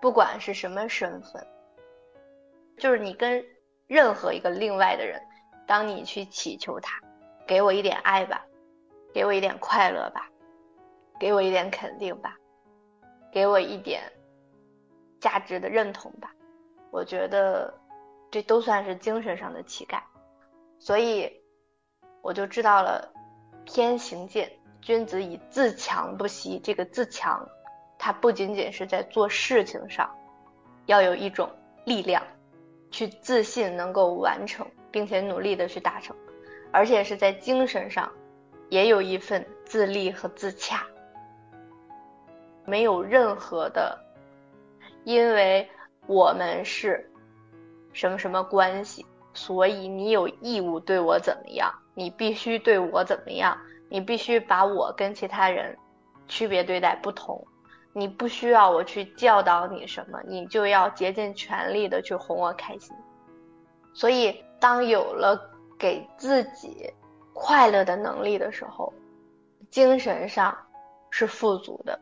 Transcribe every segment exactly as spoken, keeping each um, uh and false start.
不管是什么身份，就是你跟任何一个另外的人，当你去祈求他，给我一点爱吧，给我一点快乐吧，给我一点肯定吧，给我一点价值的认同吧，我觉得这都算是精神上的乞丐。所以我就知道了天行健，君子以自强不息。这个自强，它不仅仅是在做事情上要有一种力量，去自信能够完成，并且努力的去达成，而且是在精神上也有一份自立和自洽。没有任何的因为我们是什么什么关系，所以你有义务对我怎么样，你必须对我怎么样，你必须把我跟其他人区别对待不同，你不需要我去教导你什么，你就要竭尽全力的去哄我开心。所以当有了给自己快乐的能力的时候，精神上是富足的。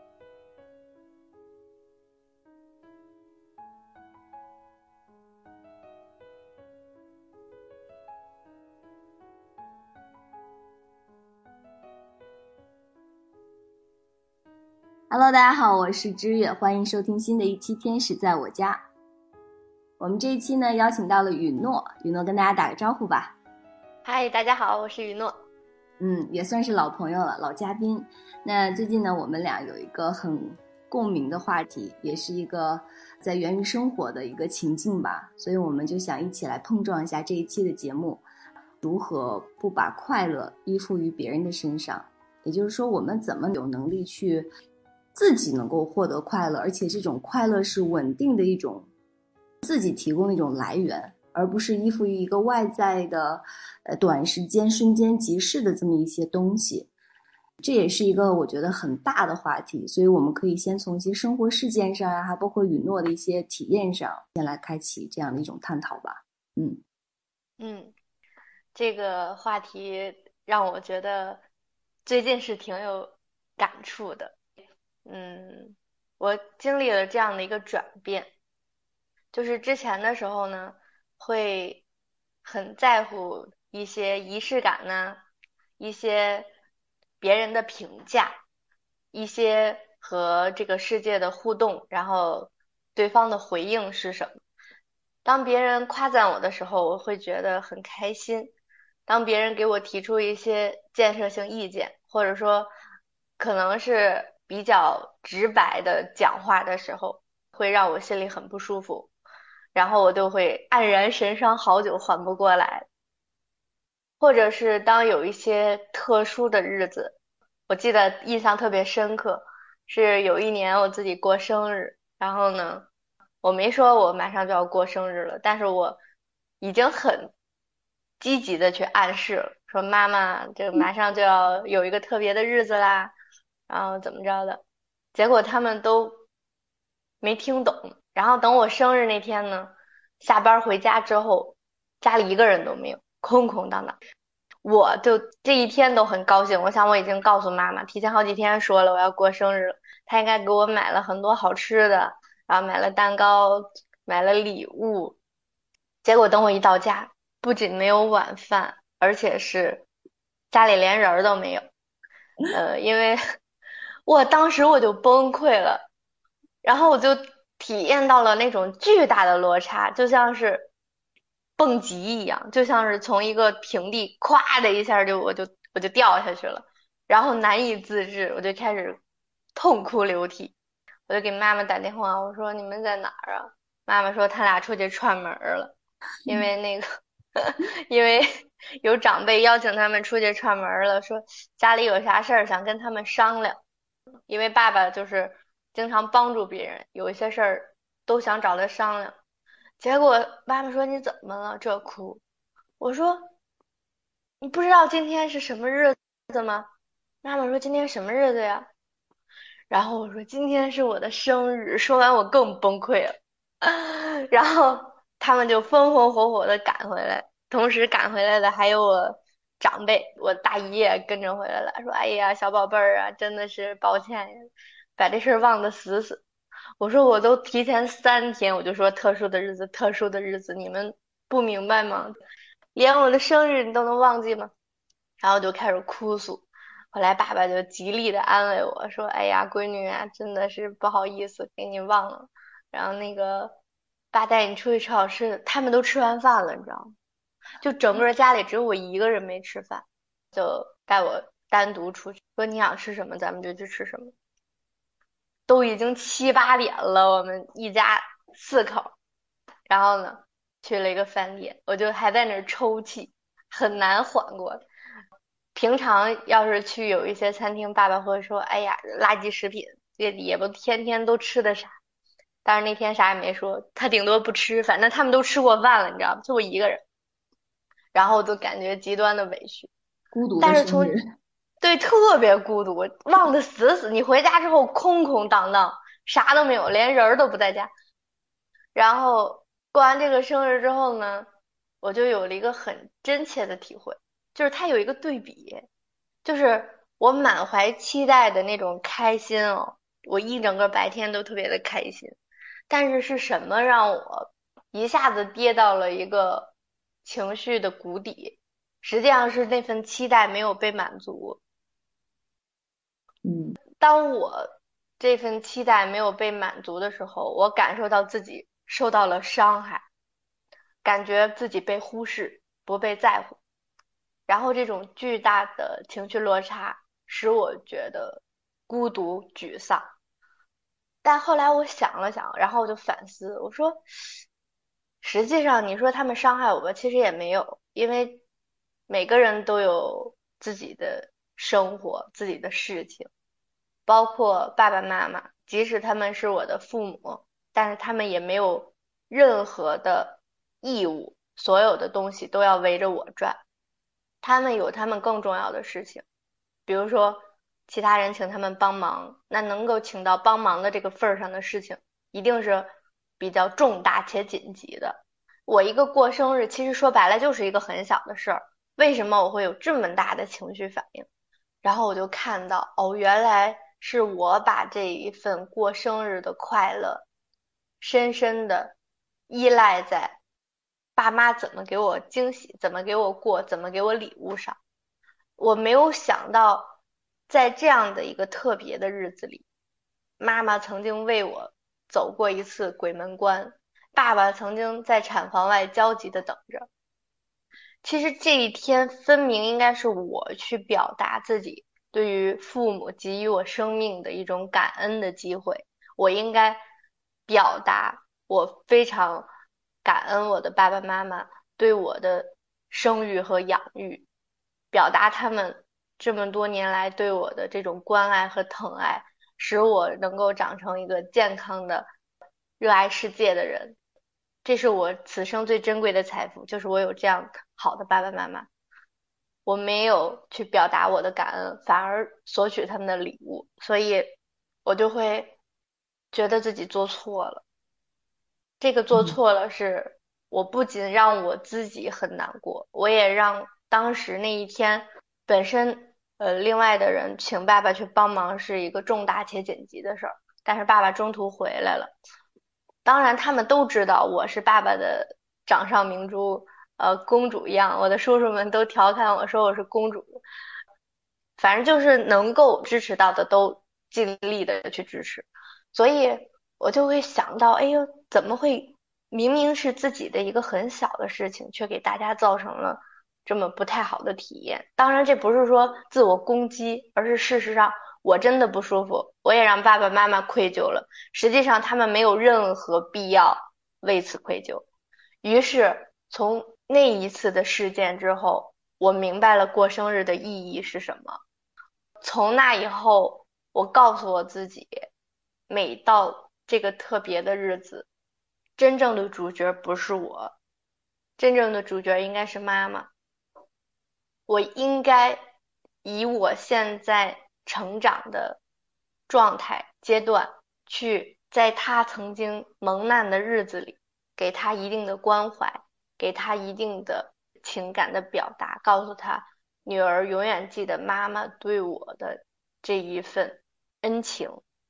Hello， 大家好，我是知月，欢迎收听新的一期《天使在我家》。我们这一期呢，邀请到了雨诺，雨诺跟大家打个招呼吧。 嗨，大家好，我是雨诺。 嗯，也算是老朋友了，老嘉宾。那最近呢，我们俩有一个很共鸣的话题，也是一个在源于生活的一个情境吧，所以我们就想一起来碰撞一下这一期的节目，如何不把快乐依附于别人的身上，也就是说，我们怎么有能力去自己能够获得快乐，而且这种快乐是稳定的一种自己提供的一种来源，而不是依附于一个外在的呃短时间瞬间即逝的这么一些东西。这也是一个我觉得很大的话题，所以我们可以先从一些生活事件上啊，还包括雨诺的一些体验上，先来开启这样的一种探讨吧。嗯嗯，这个话题让我觉得最近是挺有感触的。嗯，我经历了这样的一个转变，就是之前的时候呢，会很在乎一些仪式感呢，一些别人的评价，一些和这个世界的互动，然后对方的回应是什么。当别人夸赞我的时候，我会觉得很开心。当别人给我提出一些建设性意见，或者说可能是比较直白的讲话的时候，会让我心里很不舒服，然后我就会黯然神伤好久缓不过来。或者是当有一些特殊的日子，我记得印象特别深刻，是有一年我自己过生日，然后呢，我没说我马上就要过生日了，但是我已经很积极的去暗示了，说妈妈，这马上就要有一个特别的日子啦，然后怎么着的，结果他们都没听懂。然后等我生日那天呢，下班回家之后，家里一个人都没有，空空荡荡。我就这一天都很高兴，我想我已经告诉妈妈，提前好几天说了我要过生日了，她应该给我买了很多好吃的，然后买了蛋糕，买了礼物。结果等我一到家，不仅没有晚饭，而且是家里连人都没有。呃，因为我当时我就崩溃了，然后我就体验到了那种巨大的落差，就像是蹦极一样，就像是从一个平地咵的一下就我就我就掉下去了，然后难以自制，我就开始痛哭流涕。我就给妈妈打电话，我说你们在哪儿啊？妈妈说他俩出去串门了，因为那个因为有长辈邀请他们出去串门了，说家里有啥事儿想跟他们商量。因为爸爸就是经常帮助别人，有一些事儿都想找他商量。结果妈妈说你怎么了？这哭。我说你不知道今天是什么日子吗？妈妈说今天什么日子呀？然后我说今天是我的生日。说完我更崩溃了。然后他们就风风火火的赶回来，同时赶回来的还有我长辈，我大姨也跟着回来了，说哎呀小宝贝儿啊，真的是抱歉呀，把这事儿忘得死死。 我说我都提前三天，我就说特殊的日子，特殊的日子，你们不明白吗？连我的生日你都能忘记吗？然后就开始哭诉。后来爸爸就极力的安慰我说：“哎呀，闺女啊，真的是不好意思，给你忘了。然后那个爸带你出去吃好吃的，他们都吃完饭了，你知道吗？就整个家里只有我一个人没吃饭，就带我单独出去，说你想吃什么咱们就去吃什么。都已经七八点了，我们一家四口，然后呢去了一个饭店，我就还在那儿抽泣，很难缓过来。平常要是去有一些餐厅，爸爸会说：“哎呀，垃圾食品也也不天天都吃的啥。”但是那天啥也没说，他顶多不吃，反正他们都吃过饭了，你知道吗？就我一个人，然后我就感觉极端的委屈。 孤独的但是从生日。 对特别孤独，忘得死死。你回家之后空空荡荡，啥都没有，连人都不在家。然后过完这个生日之后呢，我就有了一个很真切的体会，就是它有一个对比，就是我满怀期待的那种开心哦，我一整个白天都特别的开心。但是是什么让我一下子跌到了一个情绪的谷底？实际上是那份期待没有被满足。 嗯当我这份期待没有被满足的时候，我感受到自己受到了伤害，感觉自己被忽视，不被在乎，然后这种巨大的情绪落差使我觉得孤独、沮丧。但后来我想了想，然后我就反思，我说，实际上你说他们伤害我吧，其实也没有，因为每个人都有自己的生活、自己的事情。包括爸爸妈妈，即使他们是我的父母，但是他们也没有任何的义务，所有的东西都要围着我转。他们有他们更重要的事情，比如说其他人请他们帮忙，那能够请到帮忙的这个份儿上的事情，一定是比较重大且紧急的。我一个过生日，其实说白了就是一个很小的事儿，为什么我会有这么大的情绪反应？然后我就看到，哦，原来是我把这一份过生日的快乐，深深的依赖在爸妈怎么给我惊喜，怎么给我过，怎么给我礼物上。我没有想到，在这样的一个特别的日子里，妈妈曾经为我走过一次鬼门关，爸爸曾经在产房外焦急的等着。其实这一天分明应该是我去表达自己对于父母给予我生命的一种感恩的机会，我应该表达我非常感恩我的爸爸妈妈对我的生育和养育，表达他们这么多年来对我的这种关爱和疼爱，使我能够长成一个健康的、热爱世界的人。这是我此生最珍贵的财富，就是我有这样好的爸爸妈妈。我没有去表达我的感恩，反而索取他们的礼物，所以我就会觉得自己做错了。这个做嗯错了是，我不仅让我自己很难过，我也让当时那一天本身呃另外的人请爸爸去帮忙是一个重大且紧急的事儿，但是爸爸中途回来了。当然他们都知道我是爸爸的掌上明珠，呃，公主一样，我的叔叔们都调侃我说我是公主。反正就是能够支持到的都尽力的去支持，所以我就会想到，哎呦，怎么会明明是自己的一个很小的事情，却给大家造成了这么不太好的体验？当然，这不是说自我攻击，而是事实上我真的不舒服，我也让爸爸妈妈愧疚了。实际上，他们没有任何必要为此愧疚。于是，从那一次的事件之后，我明白了过生日的意义是什么。从那以后，我告诉我自己，每到这个特别的日子，真正的主角不是我，真正的主角应该是妈妈。我应该以我现在成长的状态阶段，去在她曾经蒙难的日子里，给她一定的关怀，给她一定的情感的表达，告诉她女儿永远记得妈妈对我的这一份恩情，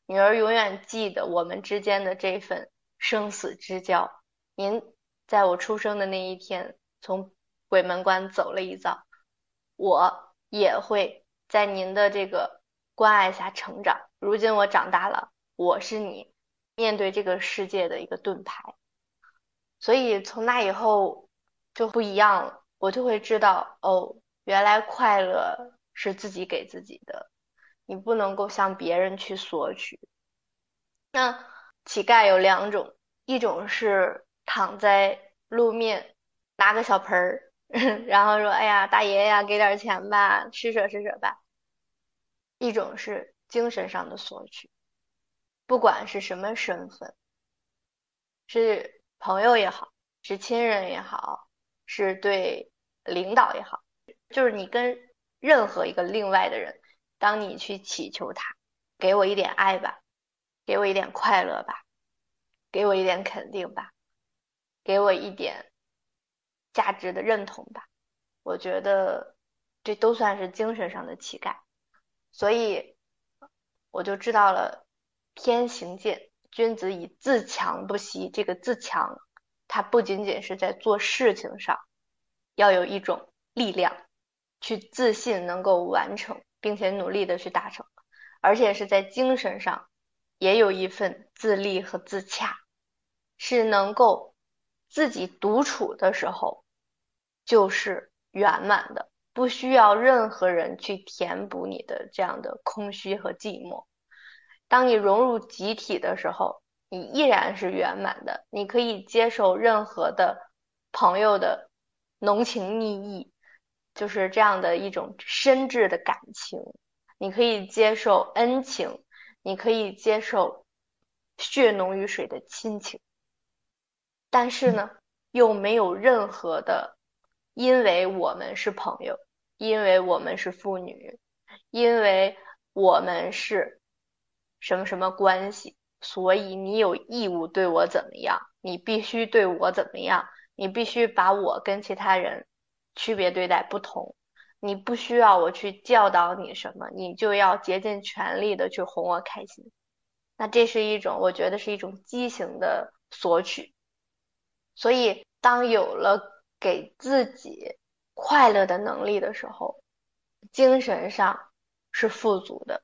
女儿永远记得我们之间的这份生死之交。您在我出生的那一天从鬼门关走了一遭，我也会在您的这个关爱下成长。如今我长大了，我是你面对这个世界的一个盾牌。所以从那以后就不一样了，我就会知道，哦，原来快乐是自己给自己的，你不能够向别人去索取。那乞丐有两种，一种是躺在路面拿个小盆儿，然后说，哎呀，大爷呀，给点钱吧，施舍施舍吧。一种是精神上的索取，不管是什么身份，是朋友也好，是亲人也好，是对领导也好，就是你跟任何一个另外的人，当你去祈求他，给我一点爱吧，给我一点快乐吧，给我一点肯定吧，给我一点价值的认同吧，我觉得这都算是精神上的乞丐。所以我就知道了天行健，君子以自强不息。这个自强，它不仅仅是在做事情上要有一种力量，去自信能够完成，并且努力的去达成，而且是在精神上也有一份自立和自洽，是能够自己独处的时候就是圆满的，不需要任何人去填补你的这样的空虚和寂寞。当你融入集体的时候，你依然是圆满的，你可以接受任何的朋友的浓情蜜意，就是这样的一种深挚的感情，你可以接受恩情，你可以接受血浓于水的亲情，但是呢，又没有任何的因为我们是朋友，因为我们是父女，因为我们是什么什么关系，所以你有义务对我怎么样，你必须对我怎么样，你必须把我跟其他人区别对待不同，你不需要我去教导你什么，你就要竭尽全力的去哄我开心。那这是一种，我觉得是一种畸形的索取。所以当有了给自己快乐的能力的时候，精神上是富足的。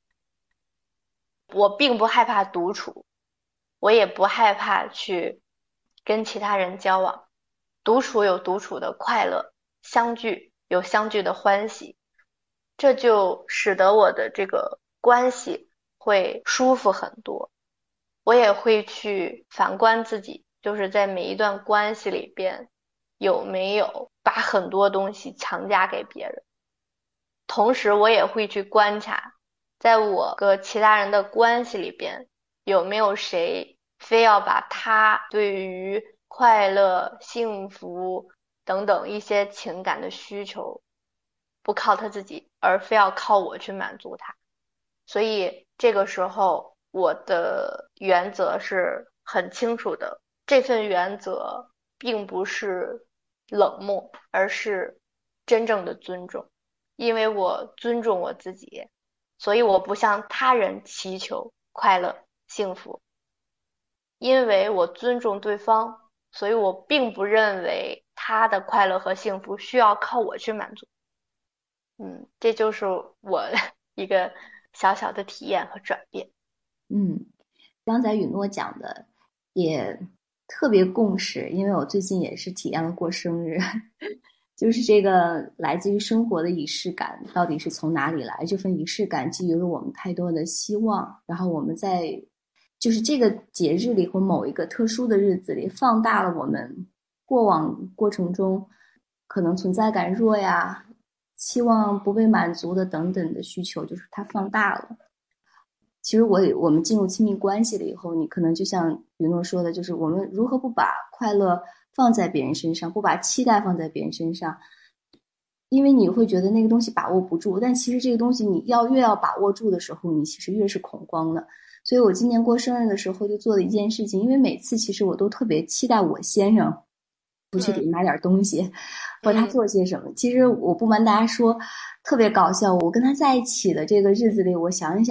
我并不害怕独处，我也不害怕去跟其他人交往。独处有独处的快乐，相聚有相聚的欢喜，这就使得我的这个关系会舒服很多。我也会去反观自己，就是在每一段关系里边有没有把很多东西强加给别人。同时我也会去观察，在我和其他人的关系里边，有没有谁非要把他对于快乐、幸福等等一些情感的需求，不靠他自己，而非要靠我去满足他。所以这个时候我的原则是很清楚的，这份原则并不是冷漠，而是真正的尊重。因为我尊重我自己，所以我不向他人祈求快乐幸福。因为我尊重对方，所以我并不认为他的快乐和幸福需要靠我去满足。嗯，这就是我一个小小的体验和转变。 嗯，刚才允诺讲的也特别共识，因为我最近也是体验了过生日，就是这个来自于生活的仪式感到底是从哪里来？这份仪式感给予了我们太多的希望，然后我们在就是这个节日里或某一个特殊的日子里，放大了我们过往过程中可能存在感弱呀、期望不被满足的等等的需求，就是它放大了。其实我我们进入亲密关系了以后，你可能就像云诺说的，就是我们如何不把快乐放在别人身上，不把期待放在别人身上，因为你会觉得那个东西把握不住，但其实这个东西你要越要把握住的时候，你其实越是恐慌的。所以我今年过生日的时候就做了一件事情，因为每次其实我都特别期待我先生出去给买点东西，嗯、或者他做些什么。其实我不瞒大家说，特别搞笑。我跟他在一起的这个日子里，我想一想，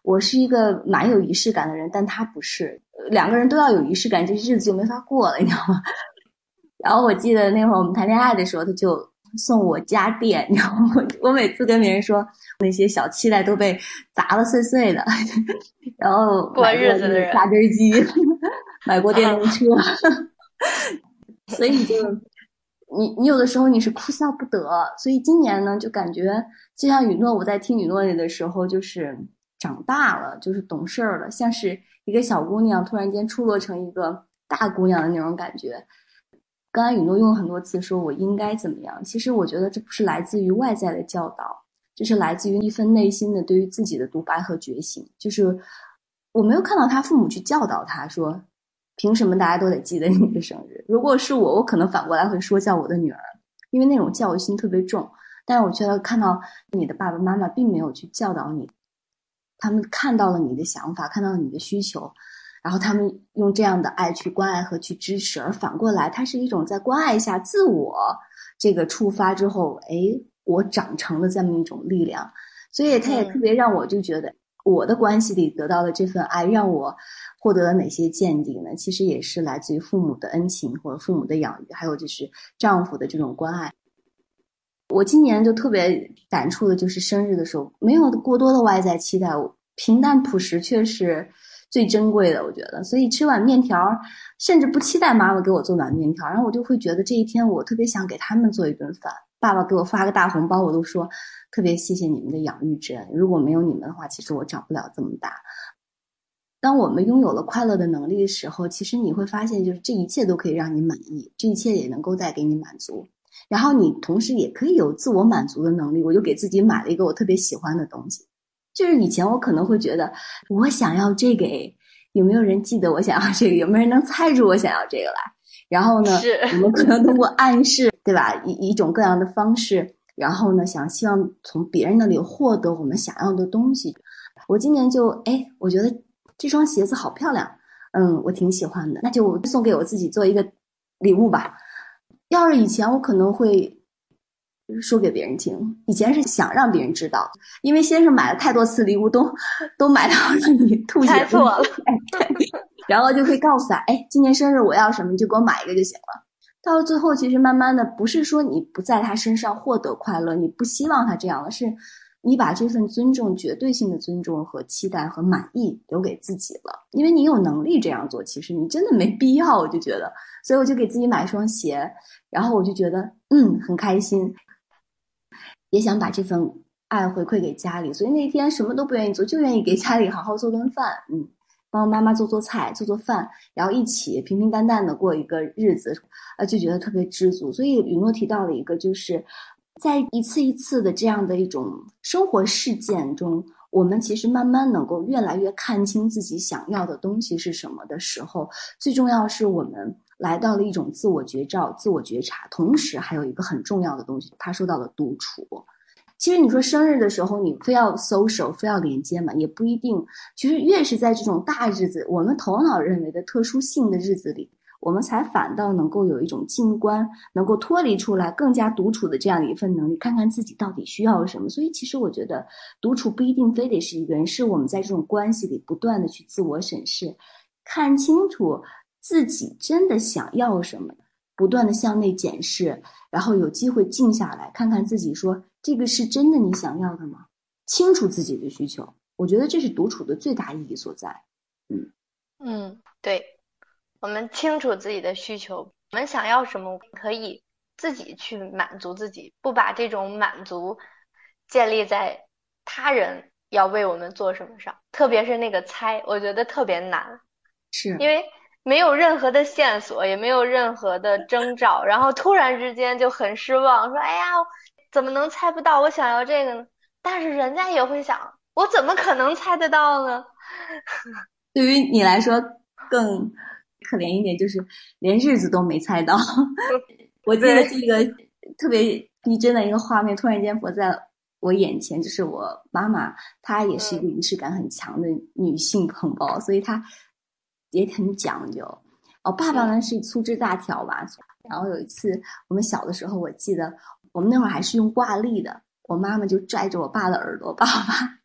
我是一个蛮有仪式感的人，但他不是，两个人都要有仪式感，这日子就没法过了，你知道吗？然后我记得那会儿我们谈恋爱的时候，他就送我家电，你知道吗？我每次跟别人说那些小期待都被砸得碎碎的，然后过买过日子的人， 榨汁机，买过电动车，所以就你你有的时候你是哭笑不得。所以今年呢，就感觉就像雨诺，我在听雨诺的时候，就是长大了，就是懂事儿了，像是一个小姑娘突然间出落成一个大姑娘的那种感觉。刚才雨诺用了很多次说我应该怎么样，其实我觉得这不是来自于外在的教导，这是来自于一份内心的对于自己的独白和觉醒。就是我没有看到他父母去教导他说凭什么大家都得记得你的生日，如果是我我可能反过来会说教我的女儿，因为那种教育心特别重。但是我觉得看到你的爸爸妈妈并没有去教导你，他们看到了你的想法，看到了你的需求，然后他们用这样的爱去关爱和去支持，而反过来它是一种在关爱下自我这个触发之后，诶，我长成了这么一种力量。所以它也特别让我就觉得我的关系里得到的这份爱让我获得了哪些见地呢？其实也是来自于父母的恩情或者父母的养育，还有就是丈夫的这种关爱。我今年就特别感触的就是生日的时候没有过多的外在期待，平淡朴实却是最珍贵的，我觉得。所以吃碗面条，甚至不期待妈妈给我做碗面条，然后我就会觉得这一天我特别想给他们做一顿饭。爸爸给我发个大红包，我都说特别谢谢你们的养育之恩，如果没有你们的话，其实我长不了这么大。当我们拥有了快乐的能力的时候，其实你会发现就是这一切都可以让你满意，这一切也能够带给你满足，然后你同时也可以有自我满足的能力。我就给自己买了一个我特别喜欢的东西，就是以前我可能会觉得我想要这个，有没有人记得我想要这个，有没有人能猜出我想要这个来，然后呢我们可能通过暗示对吧，一一种各样的方式，然后呢想希望从别人那里获得我们想要的东西。我今年就哎，我觉得这双鞋子好漂亮，嗯，我挺喜欢的，那就送给我自己做一个礼物吧。要是以前我可能会说给别人听，以前是想让别人知道，因为先生买了太多次礼物都都买到你吐血猜错了， 哎，对，然后就会告诉他，哎，今年生日我要什么，你就给我买一个就行了。到了最后，其实慢慢的不是说你不在他身上获得快乐，你不希望他这样的，是你把这份尊重、绝对性的尊重和期待和满意留给自己了，因为你有能力这样做，其实你真的没必要，我就觉得，所以我就给自己买一双鞋，然后我就觉得嗯很开心，也想把这份爱回馈给家里，所以那天什么都不愿意做，就愿意给家里好好做顿饭，嗯，帮妈妈做做菜、做做饭，然后一起平平淡淡的过一个日子，呃，就觉得特别知足。所以雨诺提到了一个，就是在一次一次的这样的一种生活事件中，我们其实慢慢能够越来越看清自己想要的东西是什么的时候，最重要是我们来到了一种自我觉照、自我觉察，同时还有一个很重要的东西，他说到了独处。其实你说生日的时候你非要 social 非要连接嘛，也不一定。其实越是在这种大日子，我们头脑认为的特殊性的日子里，我们才反倒能够有一种静观，能够脱离出来更加独处的这样的一份能力，看看自己到底需要什么。所以其实我觉得独处不一定非得是一个人，是我们在这种关系里不断的去自我审视，看清楚自己真的想要什么，不断的向内检视，然后有机会静下来看看自己，说这个是真的你想要的吗？清楚自己的需求，我觉得这是独处的最大意义所在。嗯嗯，对，我们清楚自己的需求，我们想要什么，可以自己去满足自己，不把这种满足建立在他人要为我们做什么上，特别是那个猜，我觉得特别难， 是因为没有任何的线索，也没有任何的征兆，然后突然之间就很失望，说哎呀，怎么能猜不到我想要这个呢？但是人家也会想，我怎么可能猜得到呢？ 对于你来说更可怜一点，就是连日子都没猜到。我记得这个特别逼真的一个画面突然间活在我眼前，就是我妈妈，她也是一个仪式感很强的女性同胞，所以她也很讲究。哦，爸爸呢是粗制大条吧，然后有一次我们小的时候，我记得我们那会儿还是用挂历的，我妈妈就拽着我爸的耳朵，爸爸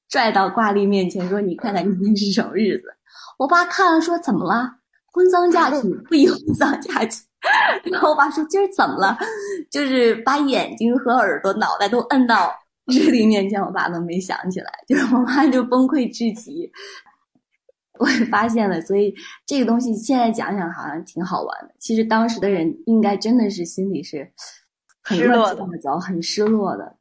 拽到挂历面前说：“你看看今天是什么日子？”我爸看了说：“怎么了？婚丧嫁娶不宜婚丧嫁娶。”然后我爸说：“今儿怎么了？”就是把眼睛和耳朵、脑袋都摁到日历面前，我爸都没想起来，就是我妈就崩溃至极。我也发现了，所以这个东西现在讲想好像挺好玩的。其实当时的人应该真的是心里是很乱七八糟、很失落的。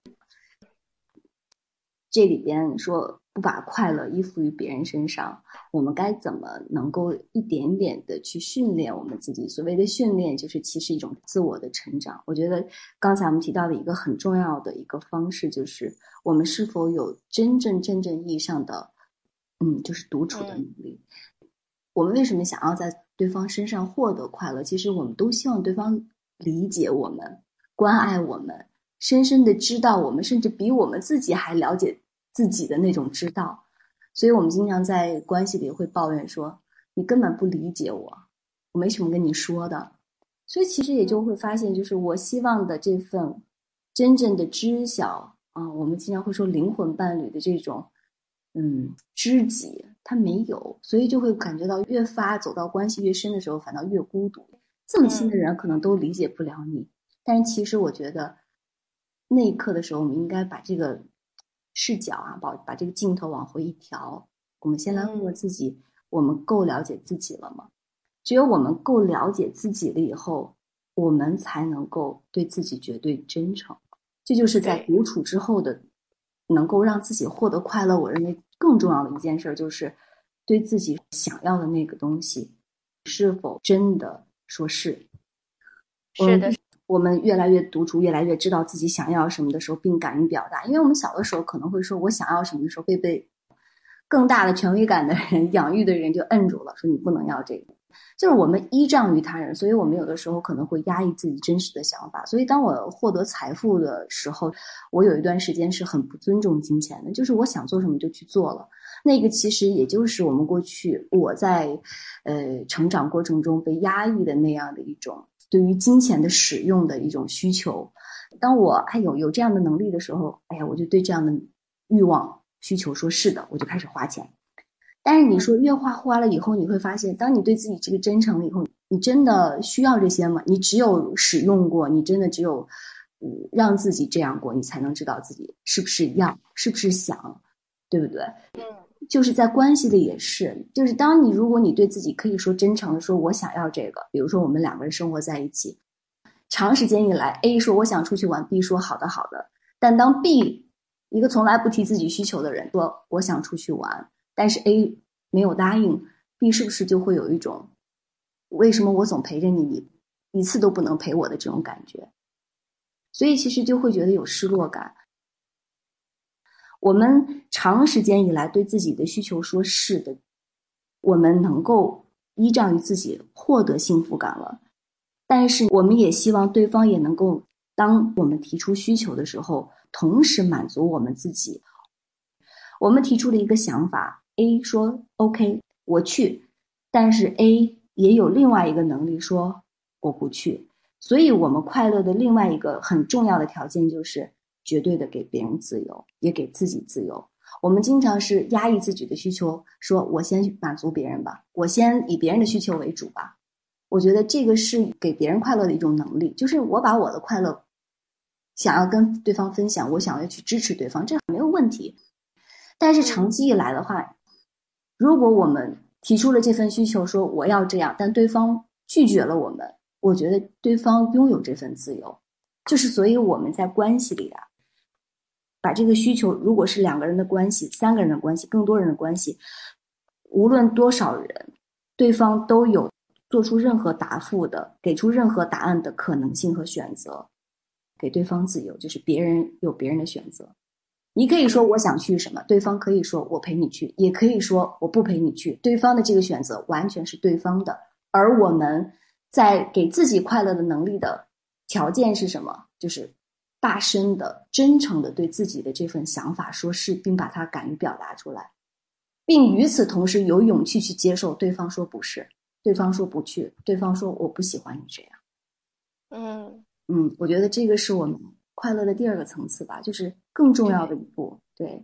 这里边说不把快乐依附于别人身上，我们该怎么能够一点点的去训练我们自己？所谓的训练，就是其实一种自我的成长。我觉得刚才我们提到的一个很重要的一个方式，就是我们是否有真正真正意义上的嗯，就是独处的能力。嗯、我们为什么想要在对方身上获得快乐？其实我们都希望对方理解我们、关爱我们，深深的知道我们，甚至比我们自己还了解自己的那种知道。所以我们经常在关系里会抱怨说：“你根本不理解我，我没什么跟你说的。”所以其实也就会发现，就是我希望的这份真正的知晓啊、呃，我们经常会说灵魂伴侣的这种。嗯，知己他没有，所以就会感觉到越发走到关系越深的时候，反倒越孤独。这么亲的人可能都理解不了你，嗯、但是其实我觉得那一刻的时候，我们应该把这个视角啊，把把这个镜头往回一调。我们先来问问自己：嗯、我们够了解自己了吗？只有我们够了解自己了以后，我们才能够对自己绝对真诚。这就是在独处之后的。能够让自己获得快乐，我认为更重要的一件事就是对自己想要的那个东西是否真的说是。 是的， 我们越来越独处，越来越知道自己想要什么的时候，并敢于表达。因为我们小的时候可能会说我想要什么的时候，被被更大的权威感的人、养育的人就摁住了，说你不能要这个。就是我们依仗于他人，所以我们有的时候可能会压抑自己真实的想法。所以当我获得财富的时候，我有一段时间是很不尊重金钱的，就是我想做什么就去做了。那个其实也就是我们过去我在呃成长过程中被压抑的那样的一种对于金钱的使用的一种需求。当我哎有有这样的能力的时候，哎呀，我就对这样的欲望需求说是的，我就开始花钱。但是你说越花花了以后，你会发现，当你对自己这个真诚了以后，你真的需要这些吗？你只有使用过，你真的只有，嗯，让自己这样过，你才能知道自己是不是要，是不是想，对不对？ 嗯， 就是在关系里也是，就是当你如果你对自己可以说真诚的说我想要这个，比如说我们两个人生活在一起，长时间以来 A 说我想出去玩 ，B 说好的好的，但当 B 一个从来不提自己需求的人说我想出去玩。但是 A 没有答应 ，B 是不是就会有一种为什么我总陪着你，你一次都不能陪我的这种感觉？所以其实就会觉得有失落感。我们长时间以来对自己的需求说是的，我们能够依仗于自己获得幸福感了，但是我们也希望对方也能够，当我们提出需求的时候，同时满足我们自己。我们提出了一个想法。A 说 OK 我去，但是 A 也有另外一个能力说我不去，所以我们快乐的另外一个很重要的条件就是绝对的给别人自由，也给自己自由。我们经常是压抑自己的需求，说我先满足别人吧，我先以别人的需求为主吧。我觉得这个是给别人快乐的一种能力，就是我把我的快乐想要跟对方分享，我想要去支持对方，这没有问题。但是长期以来的话，如果我们提出了这份需求，说我要这样，但对方拒绝了我们，我觉得对方拥有这份自由。就是所以我们在关系里啊，把这个需求，如果是两个人的关系、三个人的关系、更多人的关系，无论多少人，对方都有做出任何答复的、给出任何答案的可能性和选择，给对方自由，就是别人有别人的选择。你可以说我想去什么，对方可以说我陪你去，也可以说我不陪你去，对方的这个选择完全是对方的。而我们在给自己快乐的能力的条件是什么？就是大声的、真诚的对自己的这份想法说是，并把它敢于表达出来，并与此同时有勇气去接受对方说不是，对方说不去，对方说我不喜欢你这样。 嗯嗯，我觉得这个是我们快乐的第二个层次吧，就是更重要的一步。对，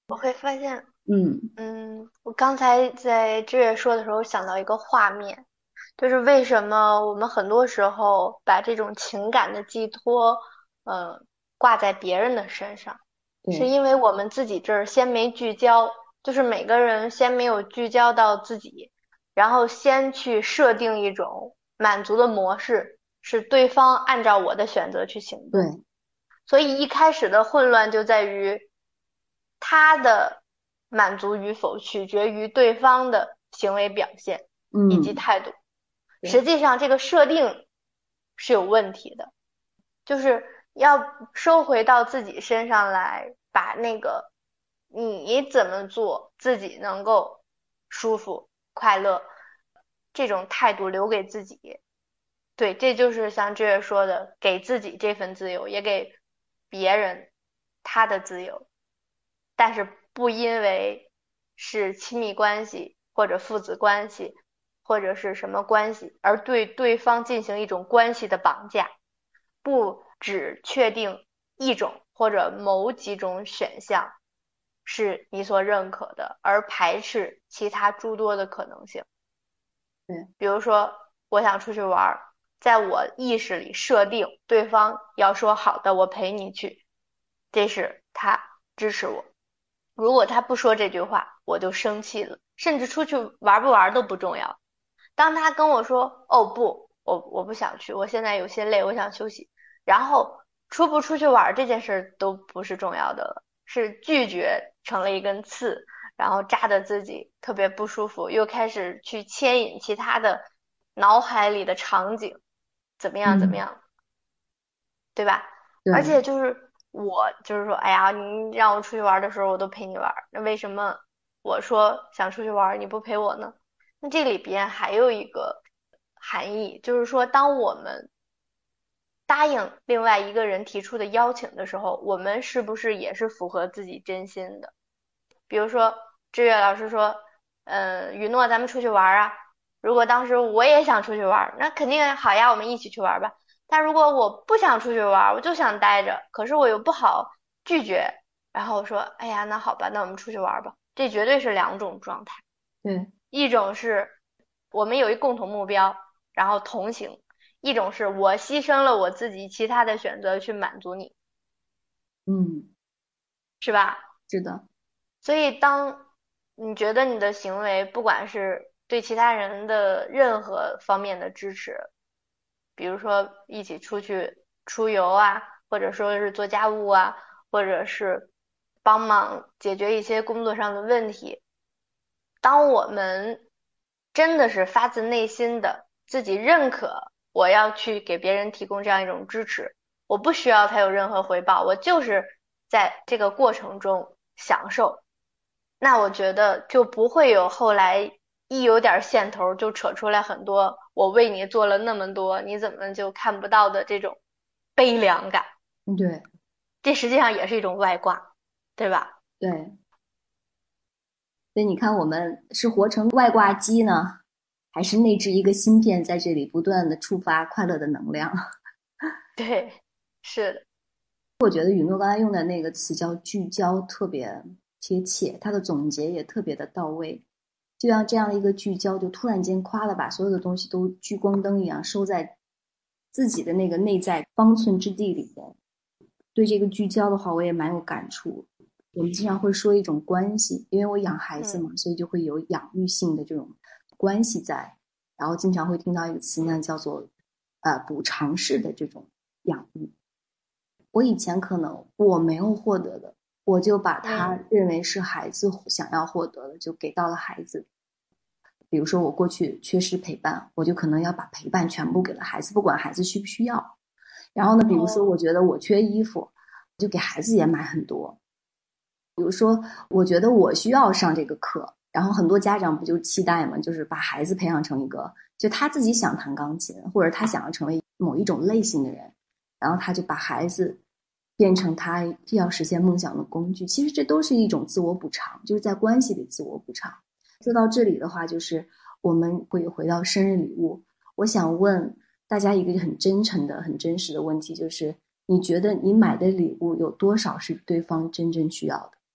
我会发现， 嗯嗯，我刚才在知月说的时候想到一个画面，就是为什么我们很多时候把这种情感的寄托，呃，挂在别人的身上，是对因为我们自己这儿先没聚焦，就是每个人先没有聚焦到自己，然后先去设定一种满足的模式，是对方按照我的选择去行动。 对， 所以一开始的混乱就在于他的满足与否取决于对方的行为表现以及嗯态度。实对际上这个设定是有问题的，就是要收回到自己身上来，把那个你怎么做自己能够舒服快乐这种态度留给自己。对，这就是像这月说的，给自己这份自由，也给别人他的自由，但是不因为是亲密关系或者父子关系或者是什么关系，而对对方进行一种关系的绑架，不只确定一种或者某几种选项是你所认可的，而排斥其他诸多的可能性。 对， 比如说，我想出去玩，在我意识里设定对方要说好的，我陪你去，这是他支持我。如果他不说这句话，我就生气了，甚至出去玩不玩都不重要。当他跟我说哦不，我我不想去，我现在有些累，我想休息，然后出不出去玩这件事都不是重要的了，是拒绝成了一根刺，然后扎得自己特别不舒服，又开始去牵引其他的脑海里的场景，怎么样怎么嗯样，对吧？而对， 且就是我就是说，哎呀，你让我出去玩的时候，我都陪你玩，那为什么我说想出去玩，你不陪我呢？那这里边还有一个含义，就是说，当我们答应另外一个人提出的邀请的时候，我们是不是也是符合自己真心的？比如说，志月老师说，嗯，允诺咱们出去玩啊。如果当时我也想出去玩，那肯定好呀，我们一起去玩吧。但如果我不想出去玩，我就想待着，可是我又不好拒绝，然后我说，哎呀，那好吧，那我们出去玩吧。这绝对是两种状态， 对， 一种是我们有一共同目标，然后同行；一种是我牺牲了我自己其他的选择去满足你， 嗯， 是吧？ 是的， 所以，当你觉得你的行为，不管是对其他人的任何方面的支持，比如说一起出去出游啊，或者说是做家务啊，或者是帮忙解决一些工作上的问题，当我们真的是发自内心的自己认可，我要去给别人提供这样一种支持，我不需要他有任何回报，我就是在这个过程中享受。那我觉得就不会有后来一有点线头就扯出来很多我为你做了那么多，你怎么就看不到的这种悲凉感。 嗯对这实际上也是一种外挂，对吧？ 对。所以你看，我们是活成外挂机呢，还是内置一个芯片在这里不断的触发快乐的能量？ 对，是的， 我觉得雨诺刚才用的那个词叫聚焦，特别贴切，他的总结也特别的到位。就像这样的一个聚焦，就突然间夸了，把所有的东西都聚光灯一样收在自己的那个内在方寸之地里边。对这个聚焦的话，我也蛮有感触。我们经常会说一种关系，因为我养孩子嘛， 嗯所以就会有养育性的这种关系在。然后经常会听到一个词呢，叫做呃补偿式的这种养育。我以前可能我没有获得的，我就把他嗯认为是孩子想要获得的，就给到了孩子。比如说我过去缺失陪伴，我就可能要把陪伴全部给了孩子，不管孩子需不需要。然后呢，比如说哦我觉得我缺衣服，就给孩子也买很多。比如说我觉得我需要上这个课，然后很多家长不就期待嘛，就是把孩子培养成一个，就他自己想弹钢琴，或者他想要成为某一种类型的人，然后他就把孩子变成他要实现梦想的工具。其实这都是一种自我补偿，就是在关系里自我补偿。说到这里的话，就是我们会回到生日礼物。我想问大家一个很真诚的、很真实的问题，就是你觉得你买的礼物有多少是对方真正需要的？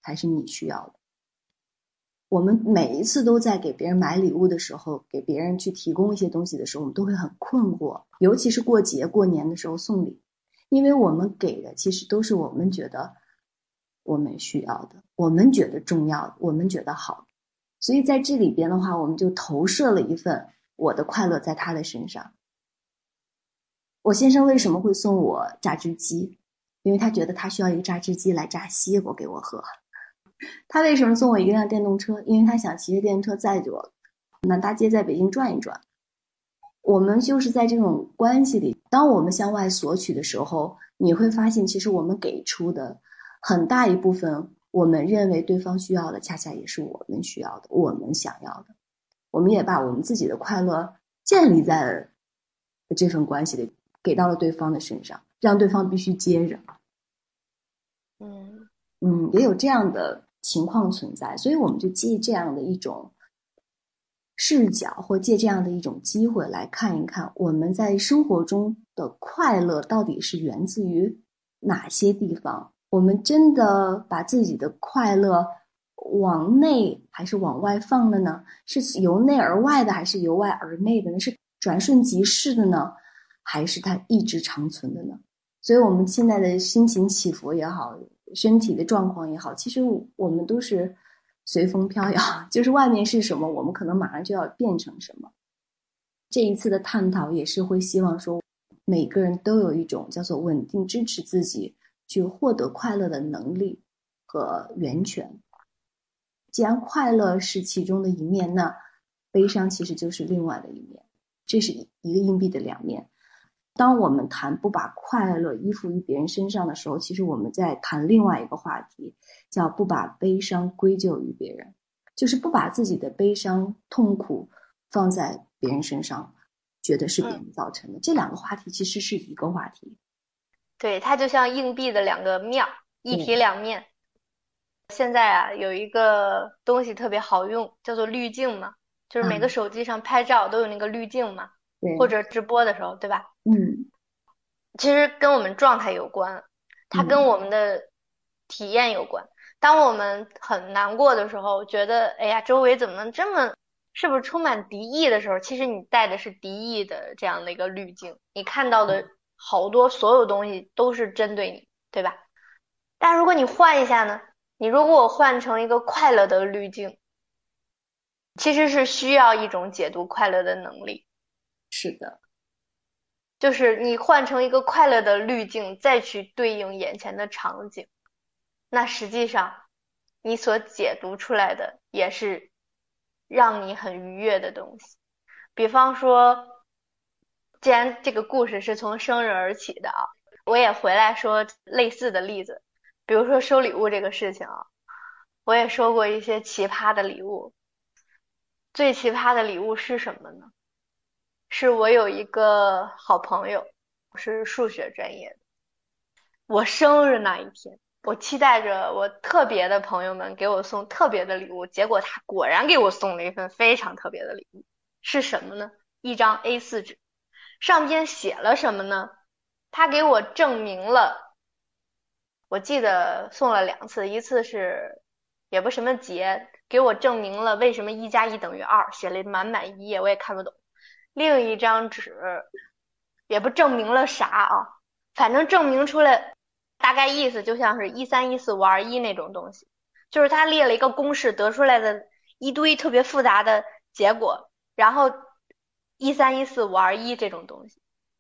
才是你需要的。我们每一次都在给别人买礼物的时候，给别人去提供一些东西的时候，我们都会很困惑，尤其是过节过年的时候送礼，因为我们给的其实都是我们觉得我们需要的，我们觉得重要的，我们觉得好的。所以在这里边的话，我们就投射了一份我的快乐在他的身上。我先生为什么会送我榨汁机？因为他觉得他需要一个榨汁机来榨西瓜给我喝。他为什么送我一辆电动车？因为他想骑着电动车载着我满大街在北京转一转。我们就是在这种关系里，当我们向外索取的时候，你会发现其实我们给出的很大一部分，我们认为对方需要的恰恰也是我们需要的，我们想要的。我们也把我们自己的快乐建立在了这份关系里，给到了对方的身上，让对方必须接着。 嗯嗯，也有这样的情况存在，所以我们就借这样的一种视角，或借这样的一种机会来看一看，我们在生活中的快乐到底是源自于哪些地方？我们真的把自己的快乐往内还是往外放的呢？是由内而外的，还是由外而内的呢？是转瞬即逝的呢，还是它一直长存的呢？所以我们现在的心情起伏也好，身体的状况也好，其实我们都是随风飘摇，就是外面是什么，我们可能马上就要变成什么。这一次的探讨也是会希望说，每个人都有一种叫做稳定支持自己去获得快乐的能力和源泉。既然快乐是其中的一面，那悲伤其实就是另外的一面，这是一个硬币的两面。当我们谈不把快乐依附于别人身上的时候，其实我们在谈另外一个话题，叫不把悲伤归咎于别人，就是不把自己的悲伤痛苦放在别人身上，觉得是别人造成的。嗯、这两个话题其实是一个话题。 对，它就像硬币的两个面，一体两面。现在啊，有一个东西特别好用，叫做滤镜嘛，就是每个手机上拍照都有那个滤镜嘛， 嗯、 或者直播的时候，对吧？ 嗯， 其实跟我们状态有关，它跟我们的体验有关。嗯、当我们很难过的时候，觉得哎呀，周围怎么这么，是不是充满敌意的时候，其实你带的是敌意的这样的一个滤镜，你看到的好多所有东西都是针对你，对吧？但如果你换一下呢？你如果我换成一个快乐的滤镜，其实是需要一种解读快乐的能力。 是的， 就是你换成一个快乐的滤镜，再去对应眼前的场景，那实际上你所解读出来的也是让你很愉悦的东西。比方说，既然这个故事是从生日而起的啊，我也回来说类似的例子。比如说收礼物这个事情啊，我也收过一些奇葩的礼物。最奇葩的礼物是什么呢？是我有一个好朋友，是数学专业的。我生日那一天，我期待着我特别的朋友们给我送特别的礼物，结果他果然给我送了一份非常特别的礼物。是什么呢？一张 A 四 纸，上边写了什么呢？他给我证明了，我记得送了两次，一次是也不什么节，给我证明了为什么一加一等于二，写了满满一页，我也看不懂。另一张纸也不证明了啥啊，反正证明出来大概意思就像是一三一四五二一那种东西，就是他列了一个公式得出来的一堆特别复杂的结果，然后一三一四五二一这种东西。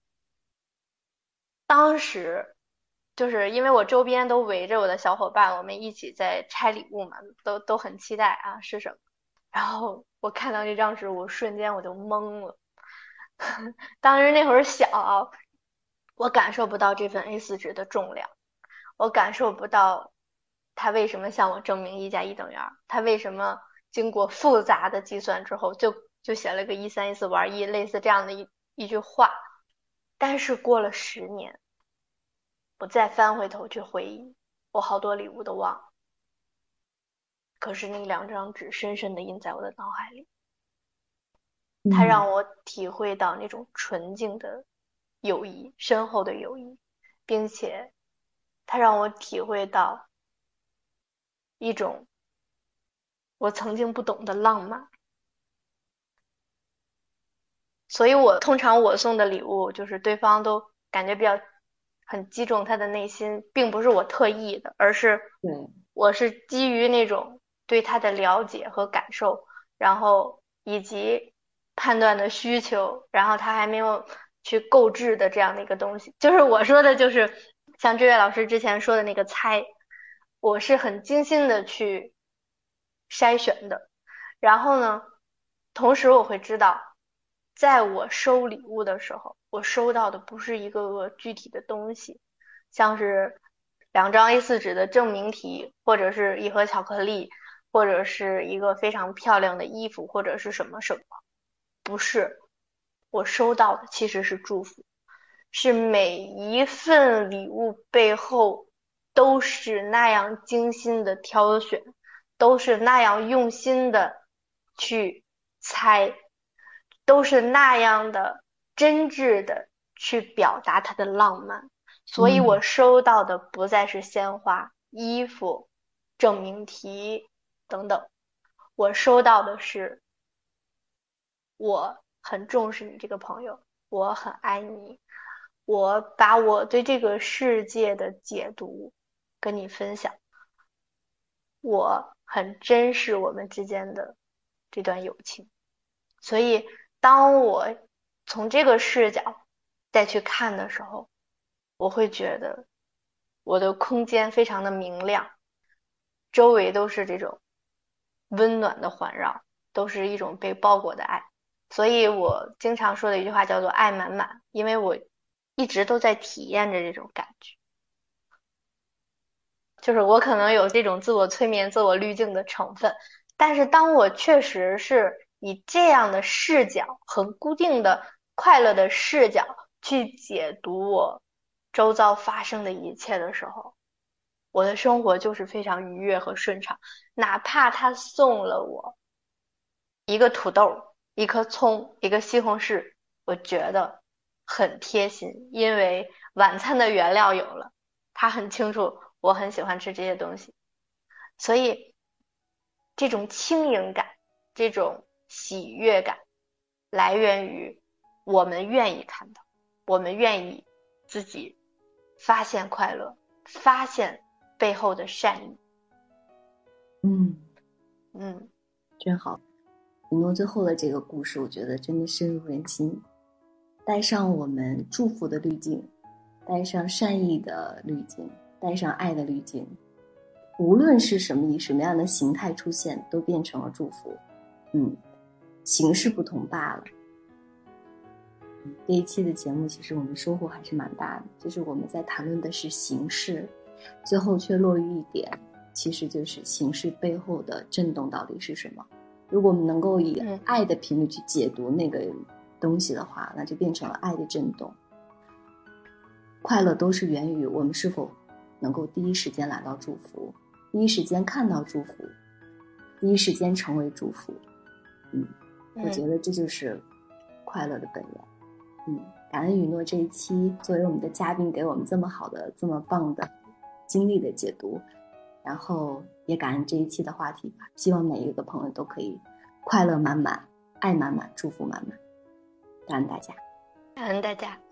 当时就是因为我周边都围着我的小伙伴，我们一起在拆礼物嘛，都都很期待啊是什么。然后我看到这张纸，我瞬间我就懵了。当时那会儿小啊，我感受不到这份 A 四 纸的重量，我感受不到他为什么向我证明一加一等于二，他为什么经过复杂的计算之后就就写了个一三一四五二一，类似这样的一一句话。但是过了十年，我再翻回头去回忆，我好多礼物都忘了，可是那两张纸深深地印在我的脑海里。它让我体会到那种纯净的友谊，深厚的友谊，并且它让我体会到一种我曾经不懂的浪漫。所以我通常我送的礼物就是对方都感觉比较很击中他的内心，并不是我特意的，而是我是基于那种对他的了解和感受，然后以及判断的需求，然后他还没有去购置的这样的一个东西。就是我说的就是像志月老师之前说的那个猜，我是很精心的去筛选的。然后呢，同时我会知道，在我收礼物的时候，我收到的不是一个个具体的东西，像是两张 A 四 纸的证明题，或者是一盒巧克力，或者是一个非常漂亮的衣服，或者是什么什么，不是，我收到的其实是祝福，是每一份礼物背后都是那样精心的挑选，都是那样用心的去猜，都是那样的真挚的去表达它的浪漫。所以我收到的不再是鲜花、衣服、证明题等等，我收到的是我很重视你这个朋友，我很爱你，我把我对这个世界的解读跟你分享，我很珍视我们之间的这段友情。所以当我从这个视角再去看的时候，我会觉得我的空间非常的明亮，周围都是这种温暖的环绕，都是一种被包裹的爱。所以我经常说的一句话叫做爱满满，因为我一直都在体验着这种感觉。就是我可能有这种自我催眠、自我滤镜的成分，但是当我确实是以这样的视角，很固定的快乐的视角去解读我周遭发生的一切的时候，我的生活就是非常愉悦和顺畅。哪怕他送了我一个土豆、一颗葱、一个西红柿，我觉得很贴心，因为晚餐的原料有了，他很清楚我很喜欢吃这些东西，所以这种轻盈感，这种喜悦感，来源于我们愿意看到，我们愿意自己发现快乐，发现背后的善意。 嗯嗯， 真好。雨诺最后的这个故事，我觉得真的深入人心。带上我们祝福的滤镜，带上善意的滤镜，带上爱的滤镜，无论是什么以什么样的形态出现，都变成了祝福。嗯，形式不同罢了。这一期的节目其实我们收获还是蛮大的，就是我们在谈论的是形式，最后却落于一点，其实就是形式背后的震动到底是什么。如果我们能够以爱的频率去解读那个东西的话，那就变成了爱的震动。快乐都是源于我们是否能够第一时间来到祝福，第一时间看到祝福，第一时间成为祝福。嗯，我觉得这就是快乐的本源。嗯，感恩雨诺这一期作为我们的嘉宾，给我们这么好的、这么棒的经历的解读。然后也感恩这一期的话题吧，希望每一个朋友都可以快乐满满、爱满满、祝福满满。感恩大家， 感恩大家。